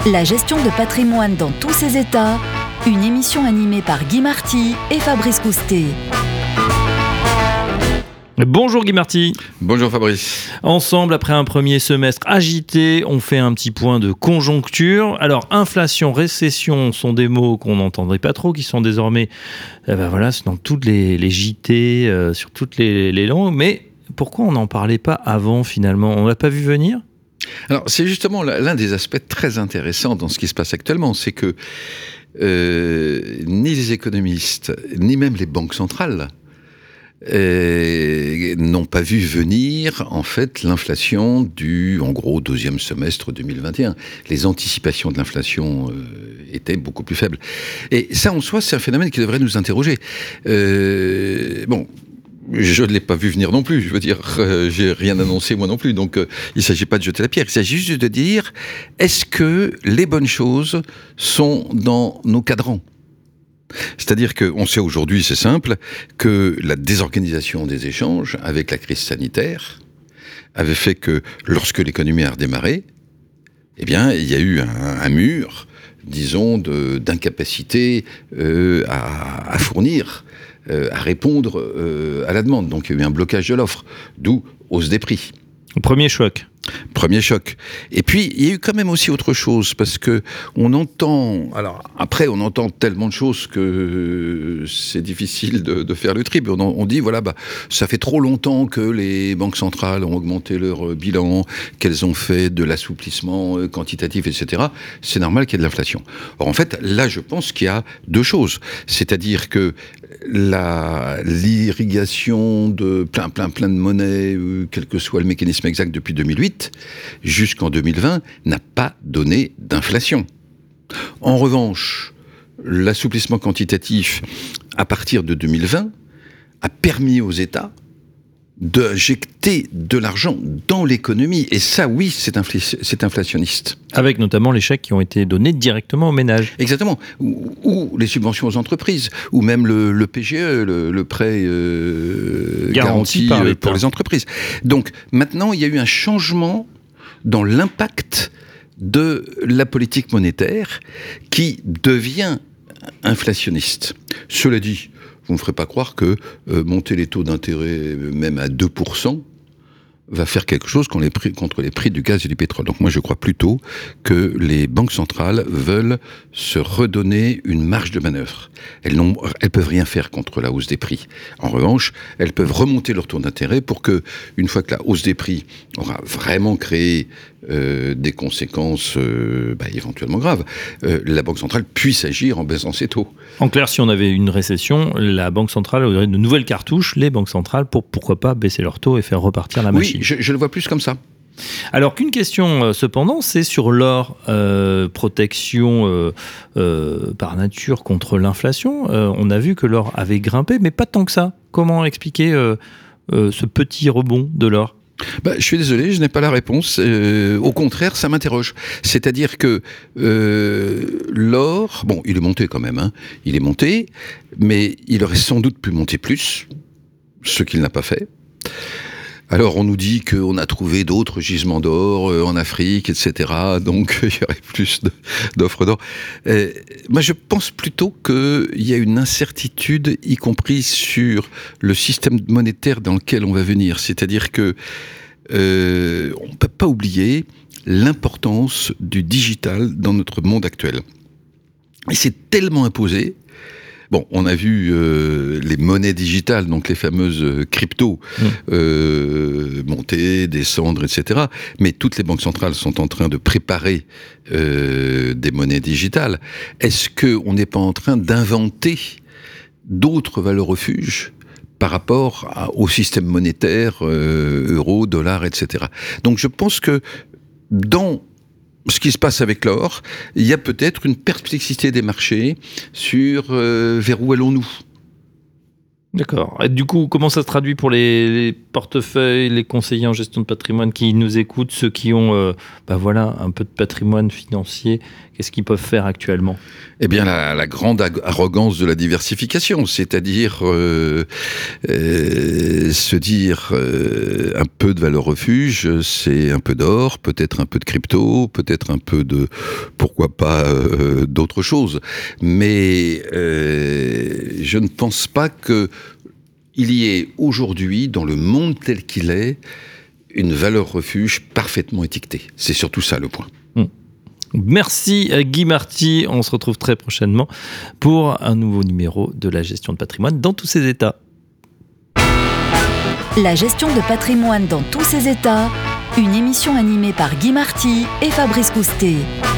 La gestion de patrimoine dans tous ses états, une émission animée par Guy Marty et Fabrice Coustet. Bonjour Guy Marty. Bonjour Fabrice. Ensemble, après un premier semestre agité, on fait un petit point de conjoncture. Alors, inflation, récession sont des mots qu'on n'entendrait pas trop, qui sont désormais c'est dans toutes les JT, sur toutes les langues. Mais pourquoi on n'en parlait pas avant finalement ? On l'a pas vu venir ? Alors, c'est justement l'un des aspects très intéressants dans ce qui se passe actuellement, c'est que ni les économistes, ni même les banques centrales n'ont pas vu venir, en fait, l'inflation du, en gros, deuxième semestre 2021. Les anticipations de l'inflation étaient beaucoup plus faibles. Et ça, en soi, c'est un phénomène qui devrait nous interroger. Je ne l'ai pas vu venir non plus, je veux dire, j'ai rien annoncé moi non plus, donc il ne s'agit pas de jeter la pierre, il s'agit juste de dire, est-ce que les bonnes choses sont dans nos cadrans ? C'est-à-dire qu'on sait aujourd'hui, c'est simple, que la désorganisation des échanges avec la crise sanitaire avait fait que lorsque l'économie a redémarré, eh bien, il y a eu un mur, disons, d'incapacité à fournir, à répondre à la demande. Donc il y a eu un blocage de l'offre, d'où hausse des prix. Premier choc. Premier choc. Et puis, il y a eu quand même aussi autre chose, parce que on entend tellement de choses que c'est difficile de faire le tri. On dit, ça fait trop longtemps que les banques centrales ont augmenté leur bilan, qu'elles ont fait de l'assouplissement quantitatif, etc. C'est normal qu'il y ait de l'inflation. Or, en fait, là, je pense qu'il y a deux choses. C'est-à-dire que l'irrigation de plein de monnaie, quel que soit le mécanisme exact depuis 2008, jusqu'en 2020, n'a pas donné d'inflation. En revanche, l'assouplissement quantitatif, à partir de 2020, a permis aux États d'injecter de l'argent dans l'économie. Et ça, oui, c'est inflationniste. Avec notamment les chèques qui ont été donnés directement aux ménages. Exactement. Ou les subventions aux entreprises. Ou même le PGE, le prêt garanti pour les entreprises. Donc, maintenant, il y a eu un changement dans l'impact de la politique monétaire qui devient inflationniste. Cela dit, vous ne me ferez pas croire que monter les taux d'intérêt même à 2% va faire quelque chose contre les prix du gaz et du pétrole. Donc moi je crois plutôt que les banques centrales veulent se redonner une marge de manœuvre. Elles peuvent rien faire contre la hausse des prix. En revanche, elles peuvent remonter leur taux d'intérêt pour que, une fois que la hausse des prix aura vraiment créé des conséquences éventuellement graves, la Banque centrale puisse agir en baissant ses taux. En clair, si on avait une récession, la Banque centrale aurait de nouvelles cartouches, les banques centrales, pour pourquoi pas baisser leurs taux et faire repartir la machine. Oui, je le vois plus comme ça. Alors qu'une question cependant, c'est sur l'or, protection par nature contre l'inflation. On a vu que l'or avait grimpé, mais pas tant que ça. Comment expliquer ce petit rebond de l'or ? Je suis désolé, je n'ai pas la réponse. Au contraire, ça m'interroge. C'est-à-dire que l'or, il est monté quand même, il est monté, mais il aurait sans doute pu monter plus, ce qu'il n'a pas fait. Alors on nous dit qu'on a trouvé d'autres gisements d'or en Afrique, etc. Donc il y aurait plus d'offres d'or. Moi je pense plutôt qu'il y a une incertitude, y compris sur le système monétaire dans lequel on va venir. C'est-à-dire que on ne peut pas oublier l'importance du digital dans notre monde actuel. Et c'est tellement imposé. On a vu les monnaies digitales, donc les fameuses cryptos, monter, descendre, etc. Mais toutes les banques centrales sont en train de préparer des monnaies digitales. Est-ce qu'on n'est pas en train d'inventer d'autres valeurs refuges par rapport au système monétaire, euro, dollar, etc. Donc je pense que dans ce qui se passe avec l'or, il y a peut-être une perplexité des marchés sur vers où allons-nous. D'accord. Et du coup, comment ça se traduit pour les portefeuilles, les conseillers en gestion de patrimoine qui nous écoutent, ceux qui ont un peu de patrimoine financier, qu'est-ce qu'ils peuvent faire actuellement ? Eh bien, la grande arrogance de la diversification, c'est-à-dire se dire un peu de valeur refuge, c'est un peu d'or, peut-être un peu de crypto, peut-être un peu de, pourquoi pas, d'autres choses. Mais je ne pense pas qu'il y ait aujourd'hui, dans le monde tel qu'il est, une valeur refuge parfaitement étiquetée. C'est surtout ça le point. Merci Guy Marty, on se retrouve très prochainement pour un nouveau numéro de la gestion de patrimoine dans tous ses états. La gestion de patrimoine dans tous ses états, une émission animée par Guy Marty et Fabrice Coustet.